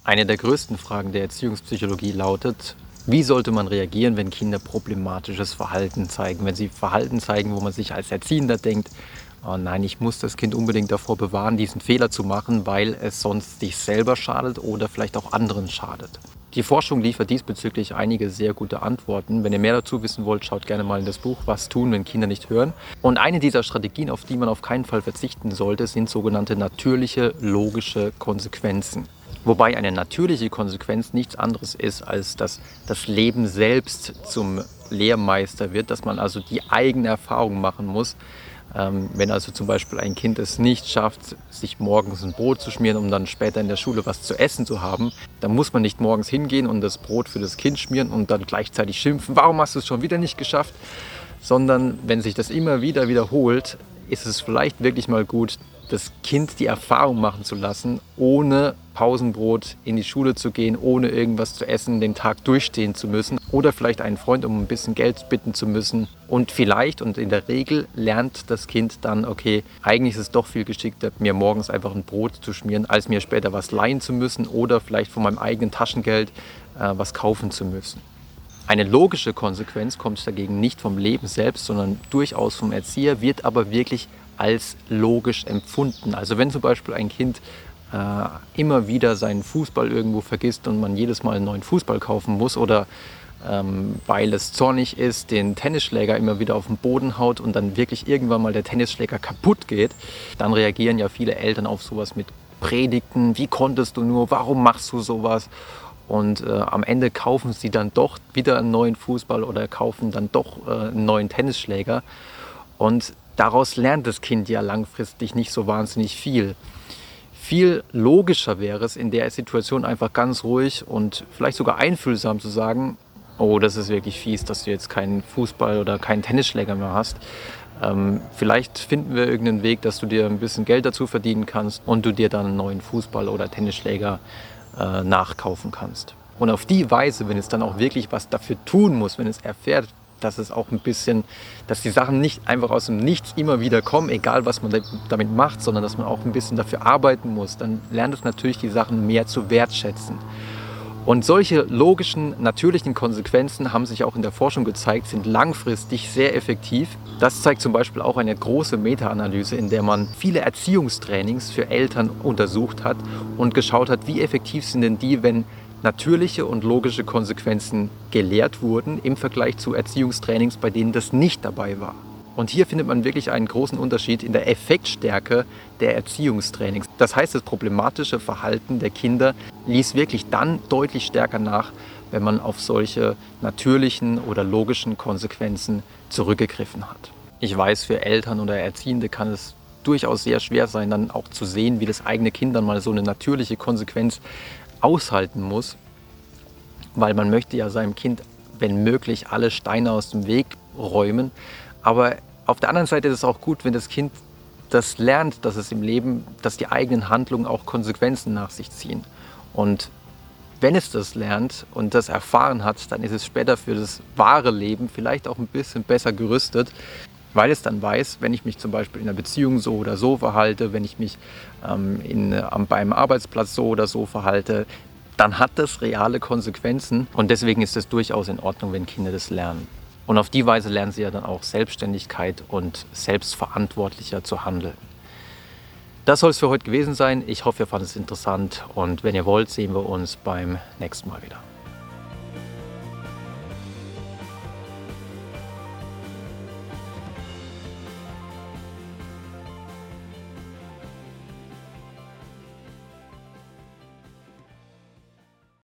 Eine der größten Fragen der Erziehungspsychologie lautet: Wie sollte man reagieren, wenn Kinder problematisches Verhalten zeigen? Wenn sie Verhalten zeigen, wo man sich als Erziehender denkt: Oh nein, ich muss das Kind unbedingt davor bewahren, diesen Fehler zu machen, weil es sonst sich selber schadet oder vielleicht auch anderen schadet. Die Forschung liefert diesbezüglich einige sehr gute Antworten. Wenn ihr mehr dazu wissen wollt, schaut gerne mal in das Buch „Was tun, wenn Kinder nicht hören?“ Und eine dieser Strategien, auf die man auf keinen Fall verzichten sollte, sind sogenannte natürliche, logische Konsequenzen. Wobei eine natürliche Konsequenz nichts anderes ist, als dass das Leben selbst zum Lehrmeister wird, dass man also die eigene Erfahrung machen muss. Wenn also zum Beispiel ein Kind es nicht schafft, sich morgens ein Brot zu schmieren, um dann später in der Schule was zu essen zu haben, dann muss man nicht morgens hingehen und das Brot für das Kind schmieren und dann gleichzeitig schimpfen: Warum hast du es schon wieder nicht geschafft? Sondern wenn sich das immer wieder wiederholt, ist es vielleicht wirklich mal gut, das Kind die Erfahrung machen zu lassen, ohne Pausenbrot in die Schule zu gehen, ohne irgendwas zu essen, den Tag durchstehen zu müssen oder vielleicht einen Freund um ein bisschen Geld bitten zu müssen. Und vielleicht und in der Regel lernt das Kind dann: Okay, eigentlich ist es doch viel geschickter, mir morgens einfach ein Brot zu schmieren, als mir später was leihen zu müssen oder vielleicht von meinem eigenen Taschengeld was kaufen zu müssen. Eine logische Konsequenz kommt dagegen nicht vom Leben selbst, sondern durchaus vom Erzieher, wird aber wirklich als logisch empfunden. Also wenn zum Beispiel ein Kind immer wieder seinen Fußball irgendwo vergisst und man jedes Mal einen neuen Fußball kaufen muss oder weil es zornig ist, den Tennisschläger immer wieder auf den Boden haut und dann wirklich irgendwann mal der Tennisschläger kaputt geht, dann reagieren ja viele Eltern auf sowas mit Predigten: Wie konntest du nur, warum machst du sowas? Und am Ende kaufen sie dann doch wieder einen neuen Fußball oder kaufen dann doch einen neuen Tennisschläger. Und daraus lernt das Kind ja langfristig nicht so wahnsinnig viel. Viel logischer wäre es in der Situation einfach ganz ruhig und vielleicht sogar einfühlsam zu sagen: Oh, das ist wirklich fies, dass du jetzt keinen Fußball oder keinen Tennisschläger mehr hast. Vielleicht finden wir irgendeinen Weg, dass du dir ein bisschen Geld dazu verdienen kannst und du dir dann einen neuen Fußball oder Tennisschläger nachkaufen kannst. Und auf die Weise, wenn es dann auch wirklich was dafür tun muss, wenn es erfährt, dass es auch ein bisschen, dass die Sachen nicht einfach aus dem Nichts immer wieder kommen, egal was man damit macht, sondern dass man auch ein bisschen dafür arbeiten muss, dann lernt es natürlich, die Sachen mehr zu wertschätzen. Und solche logischen, natürlichen Konsequenzen haben sich auch in der Forschung gezeigt, sind langfristig sehr effektiv. Das zeigt zum Beispiel auch eine große Meta-Analyse, in der man viele Erziehungstrainings für Eltern untersucht hat und geschaut hat, wie effektiv sind denn die, wenn natürliche und logische Konsequenzen gelehrt wurden, im Vergleich zu Erziehungstrainings, bei denen das nicht dabei war. Und hier findet man wirklich einen großen Unterschied in der Effektstärke der Erziehungstrainings. Das heißt, das problematische Verhalten der Kinder ließ wirklich dann deutlich stärker nach, wenn man auf solche natürlichen oder logischen Konsequenzen zurückgegriffen hat. Ich weiß, für Eltern oder Erziehende kann es durchaus sehr schwer sein, dann auch zu sehen, wie das eigene Kind dann mal so eine natürliche Konsequenz aushalten muss, weil man möchte ja seinem Kind, wenn möglich, alle Steine aus dem Weg räumen. Aber auf der anderen Seite ist es auch gut, wenn das Kind das lernt, dass es im Leben, dass die eigenen Handlungen auch Konsequenzen nach sich ziehen. Und wenn es das lernt und das erfahren hat, dann ist es später für das wahre Leben vielleicht auch ein bisschen besser gerüstet, weil es dann weiß, wenn ich mich zum Beispiel in einer Beziehung so oder so verhalte, wenn ich mich beim Arbeitsplatz so oder so verhalte, dann hat das reale Konsequenzen. Und deswegen ist es durchaus in Ordnung, wenn Kinder das lernen. Und auf die Weise lernen sie ja dann auch Selbstständigkeit und selbstverantwortlicher zu handeln. Das soll es für heute gewesen sein. Ich hoffe, ihr fandet es interessant und wenn ihr wollt, sehen wir uns beim nächsten Mal wieder.